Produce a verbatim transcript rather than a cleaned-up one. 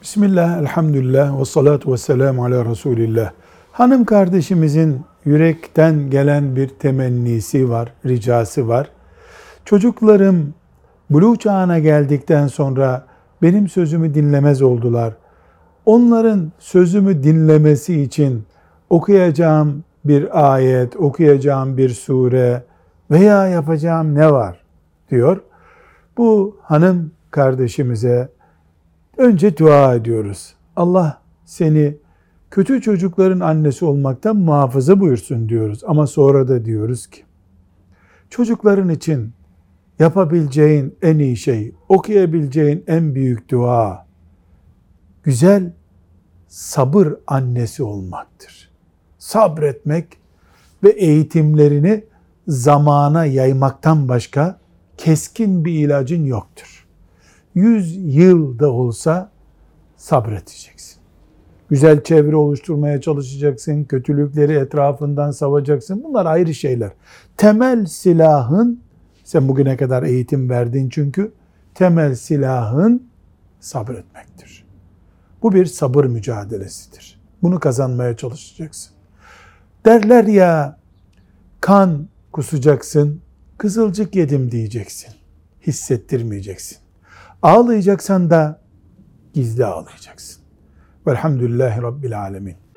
Bismillah, elhamdülillah, ve salatu ve selamu ala Resulillah. Hanım kardeşimizin yürekten gelen bir temennisi var, ricası var. Çocuklarım buluğ çağına geldikten sonra benim sözümü dinlemez oldular. Onların sözümü dinlemesi için okuyacağım bir ayet, okuyacağım bir sure veya yapacağım ne var diyor. Bu hanım kardeşimize önce dua ediyoruz. Allah seni kötü çocukların annesi olmaktan muhafaza buyursun diyoruz. Ama sonra da diyoruz ki, çocukların için yapabileceğin en iyi şey, okuyabileceğin en büyük dua, güzel sabır annesi olmaktır. Sabretmek ve eğitimlerini zamana yaymaktan başka keskin bir ilacın yoktur. Yüz yılda olsa sabredeceksin. Güzel çevre oluşturmaya çalışacaksın, kötülükleri etrafından savacaksın. Bunlar ayrı şeyler. Temel silahın, sen bugüne kadar eğitim verdin çünkü, temel silahın sabretmektir. Bu bir sabır mücadelesidir. Bunu kazanmaya çalışacaksın. Derler ya, kan kusacaksın, kızılcık yedim diyeceksin. Hissettirmeyeceksin. Ağlayacaksan da gizli ağlayacaksın. Velhamdülillahi Rabbil Alemin.